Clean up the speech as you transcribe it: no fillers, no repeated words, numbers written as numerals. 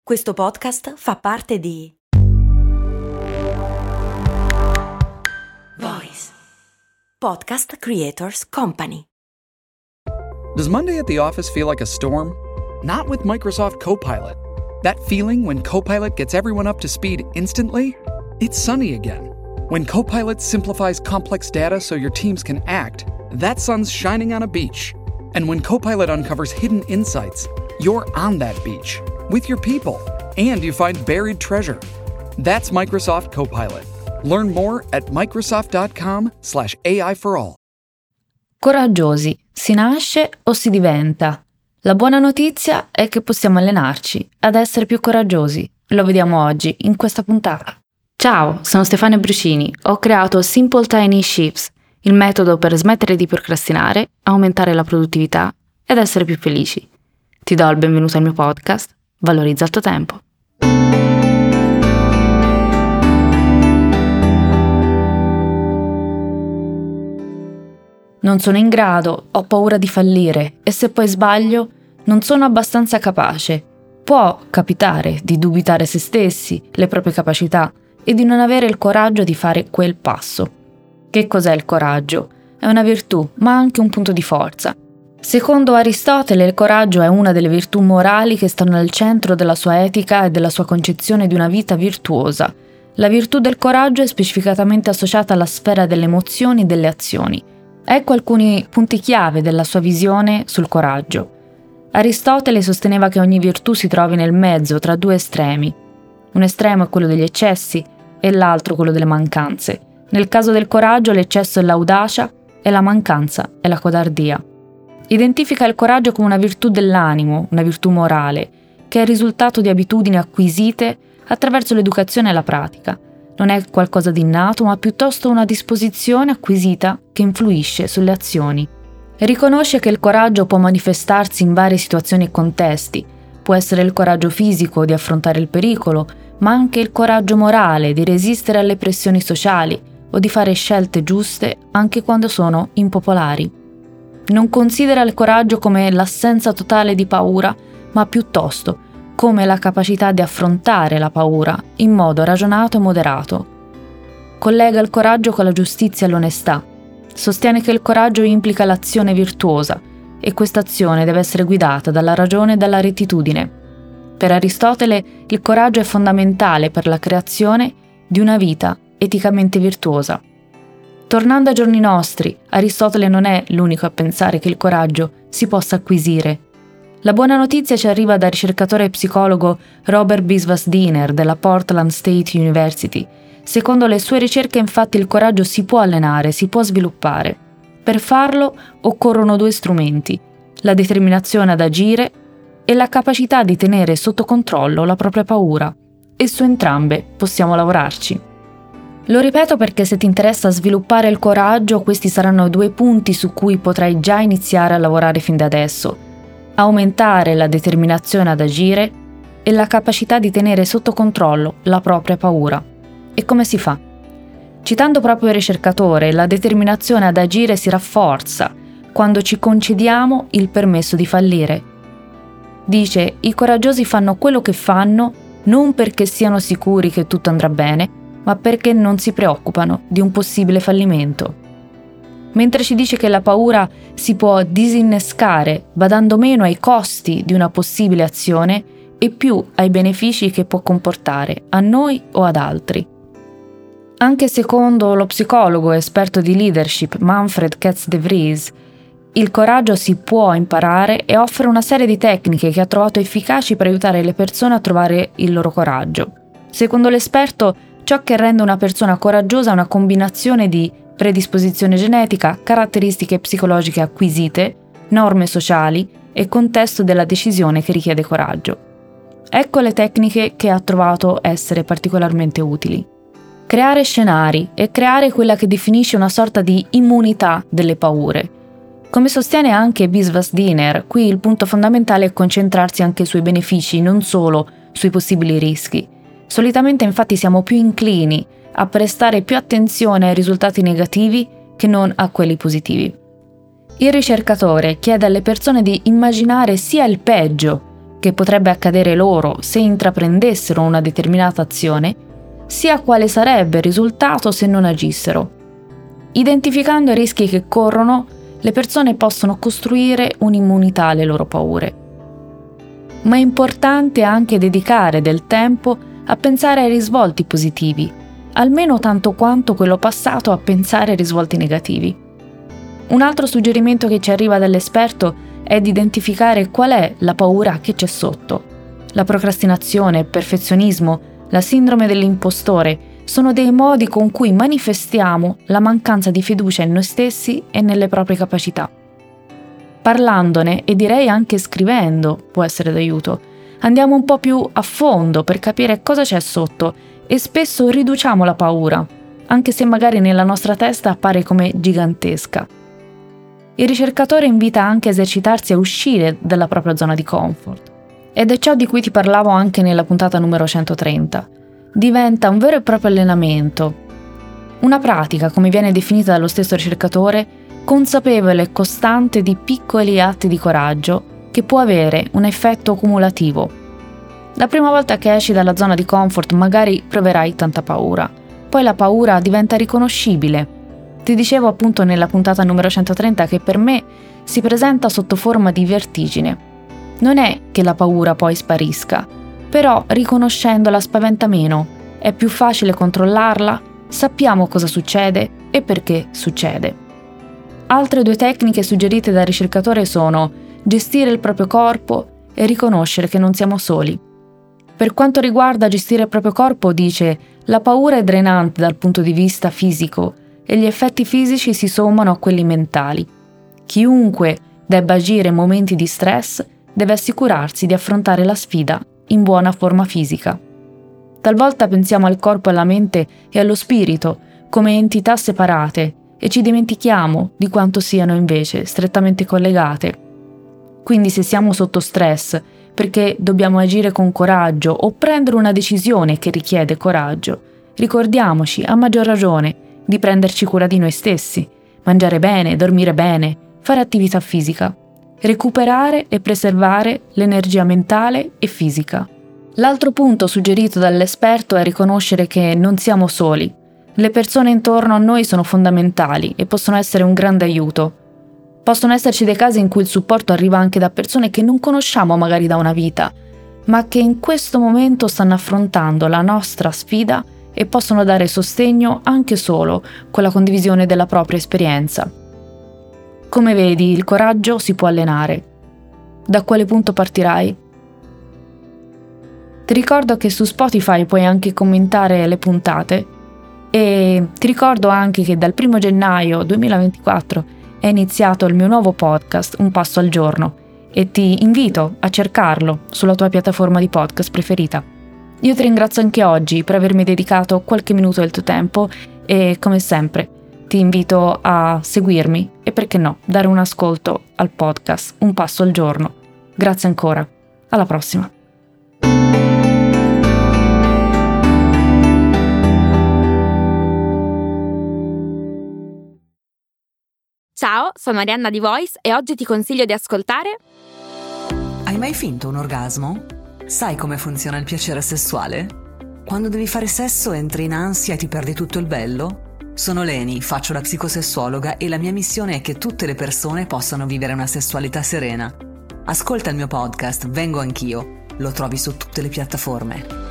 Questo podcast fa parte di Voice Podcast Creators Company. Does Monday at the office feel like a storm? Not with Microsoft Copilot. That feeling when Copilot gets everyone up to speed instantly? It's sunny again. When Copilot simplifies complex data so your teams can act, that sun's shining on a beach. And when Copilot uncovers hidden insights, you're on that beach with your people, and you find buried treasure. That's Microsoft Copilot. Learn more at Microsoft.com/AI for all. Coraggiosi, si nasce o si diventa? La buona notizia è che possiamo allenarci ad essere più coraggiosi. Lo vediamo oggi, in questa puntata. Ciao, sono Stefania Brucini. Ho creato Simple Tiny Shifts, il metodo per smettere di procrastinare, aumentare la produttività ed essere più felici. Ti do il benvenuto al mio podcast, Valorizza il tuo tempo. Non sono in grado, ho paura di fallire e se poi sbaglio non sono abbastanza capace. Può capitare di dubitare se stessi, le proprie capacità e di non avere il coraggio di fare quel passo. Che cos'è il coraggio? È una virtù, ma anche un punto di forza. Secondo Aristotele, il coraggio è una delle virtù morali che stanno al centro della sua etica e della sua concezione di una vita virtuosa. La virtù del coraggio è specificatamente associata alla sfera delle emozioni e delle azioni. Ecco alcuni punti chiave della sua visione sul coraggio. Aristotele sosteneva che ogni virtù si trovi nel mezzo tra due estremi. Un estremo è quello degli eccessi e l'altro quello delle mancanze. Nel caso del coraggio l'eccesso è l'audacia e la mancanza è la codardia. Identifica il coraggio come una virtù dell'animo, una virtù morale, che è il risultato di abitudini acquisite attraverso l'educazione e la pratica. Non è qualcosa di innato, ma piuttosto una disposizione acquisita che influisce sulle azioni. Riconosce che il coraggio può manifestarsi in varie situazioni e contesti. Può essere il coraggio fisico di affrontare il pericolo, ma anche il coraggio morale di resistere alle pressioni sociali o di fare scelte giuste anche quando sono impopolari. Non considera il coraggio come l'assenza totale di paura, ma piuttosto come la capacità di affrontare la paura in modo ragionato e moderato. Collega il coraggio con la giustizia e l'onestà. Sostiene che il coraggio implica l'azione virtuosa e questa azione deve essere guidata dalla ragione e dalla rettitudine. Per Aristotele il coraggio è fondamentale per la creazione di una vita eticamente virtuosa. Tornando ai giorni nostri, Aristotele non è l'unico a pensare che il coraggio si possa acquisire. La buona notizia ci arriva dal ricercatore e psicologo Robert Biswas-Diener della Portland State University. Secondo le sue ricerche, infatti, il coraggio si può allenare, si può sviluppare. Per farlo occorrono due strumenti: la determinazione ad agire e la capacità di tenere sotto controllo la propria paura. E su entrambe possiamo lavorarci. Lo ripeto perché se ti interessa sviluppare il coraggio, questi saranno due punti su cui potrai già iniziare a lavorare fin da adesso. Aumentare la determinazione ad agire e la capacità di tenere sotto controllo la propria paura. E come si fa? Citando proprio il ricercatore, la determinazione ad agire si rafforza quando ci concediamo il permesso di fallire. Dice: i coraggiosi fanno quello che fanno non perché siano sicuri che tutto andrà bene, ma perché non si preoccupano di un possibile fallimento. Mentre ci dice che la paura si può disinnescare badando meno ai costi di una possibile azione e più ai benefici che può comportare a noi o ad altri. Anche secondo lo psicologo esperto di leadership Manfred Katz-de Vries, il coraggio si può imparare e offre una serie di tecniche che ha trovato efficaci per aiutare le persone a trovare il loro coraggio. Secondo l'esperto, ciò che rende una persona coraggiosa è una combinazione di predisposizione genetica, caratteristiche psicologiche acquisite, norme sociali e contesto della decisione che richiede coraggio. Ecco le tecniche che ha trovato essere particolarmente utili. Creare scenari e creare quella che definisce una sorta di immunità delle paure. Come sostiene anche Biswas-Diener, qui il punto fondamentale è concentrarsi anche sui benefici, non solo sui possibili rischi. Solitamente infatti siamo più inclini a prestare più attenzione ai risultati negativi che non a quelli positivi. Il ricercatore chiede alle persone di immaginare sia il peggio che potrebbe accadere loro se intraprendessero una determinata azione, sia quale sarebbe il risultato se non agissero. Identificando i rischi che corrono, le persone possono costruire un'immunità alle loro paure. Ma è importante anche dedicare del tempo a pensare ai risvolti positivi, almeno tanto quanto quello passato a pensare ai risvolti negativi. Un altro suggerimento che ci arriva dall'esperto è di identificare qual è la paura che c'è sotto. La procrastinazione, il perfezionismo, la sindrome dell'impostore sono dei modi con cui manifestiamo la mancanza di fiducia in noi stessi e nelle proprie capacità. Parlandone, e direi anche scrivendo, può essere d'aiuto. Andiamo un po' più a fondo per capire cosa c'è sotto e spesso riduciamo la paura, anche se magari nella nostra testa appare come gigantesca. Il ricercatore invita anche a esercitarsi a uscire dalla propria zona di comfort. Ed è ciò di cui ti parlavo anche nella puntata numero 130. Diventa un vero e proprio allenamento. Una pratica, come viene definita dallo stesso ricercatore, consapevole e costante di piccoli atti di coraggio che può avere un effetto cumulativo. La prima volta che esci dalla zona di comfort magari proverai tanta paura. Poi la paura diventa riconoscibile. Ti dicevo appunto nella puntata numero 130 che per me si presenta sotto forma di vertigine. Non è che la paura poi sparisca, però riconoscendola spaventa meno, è più facile controllarla, sappiamo cosa succede e perché succede. Altre 2 tecniche suggerite dal ricercatore sono gestire il proprio corpo e riconoscere che non siamo soli. Per quanto riguarda gestire il proprio corpo, dice: la paura è drenante dal punto di vista fisico e gli effetti fisici si sommano a quelli mentali. Chiunque debba agire in momenti di stress deve assicurarsi di affrontare la sfida in buona forma fisica. Talvolta pensiamo al corpo, alla mente e allo spirito come entità separate e ci dimentichiamo di quanto siano invece strettamente collegate. Quindi se siamo sotto stress perché dobbiamo agire con coraggio o prendere una decisione che richiede coraggio, ricordiamoci a maggior ragione di prenderci cura di noi stessi, mangiare bene, dormire bene, fare attività fisica, recuperare e preservare l'energia mentale e fisica. L'altro punto suggerito dall'esperto è riconoscere che non siamo soli. Le persone intorno a noi sono fondamentali e possono essere un grande aiuto. Possono esserci dei casi in cui il supporto arriva anche da persone che non conosciamo magari da una vita, ma che in questo momento stanno affrontando la nostra sfida e possono dare sostegno anche solo con la condivisione della propria esperienza. Come vedi, il coraggio si può allenare. Da quale punto partirai? Ti ricordo che su Spotify puoi anche commentare le puntate e ti ricordo anche che dal 1 gennaio 2024 è iniziato il mio nuovo podcast Un Passo al Giorno e ti invito a cercarlo sulla tua piattaforma di podcast preferita. Io ti ringrazio anche oggi per avermi dedicato qualche minuto del tuo tempo e, come sempre, ti invito a seguirmi e, perché no, dare un ascolto al podcast Un Passo al Giorno. Grazie ancora. Alla prossima. Ciao, sono Arianna di Voice e oggi ti consiglio di ascoltare... Hai mai finto un orgasmo? Sai come funziona il piacere sessuale? Quando devi fare sesso entri in ansia e ti perdi tutto il bello? Sono Leni, faccio la psicosessuologa e la mia missione è che tutte le persone possano vivere una sessualità serena. Ascolta il mio podcast Vengo Anch'io, lo trovi su tutte le piattaforme.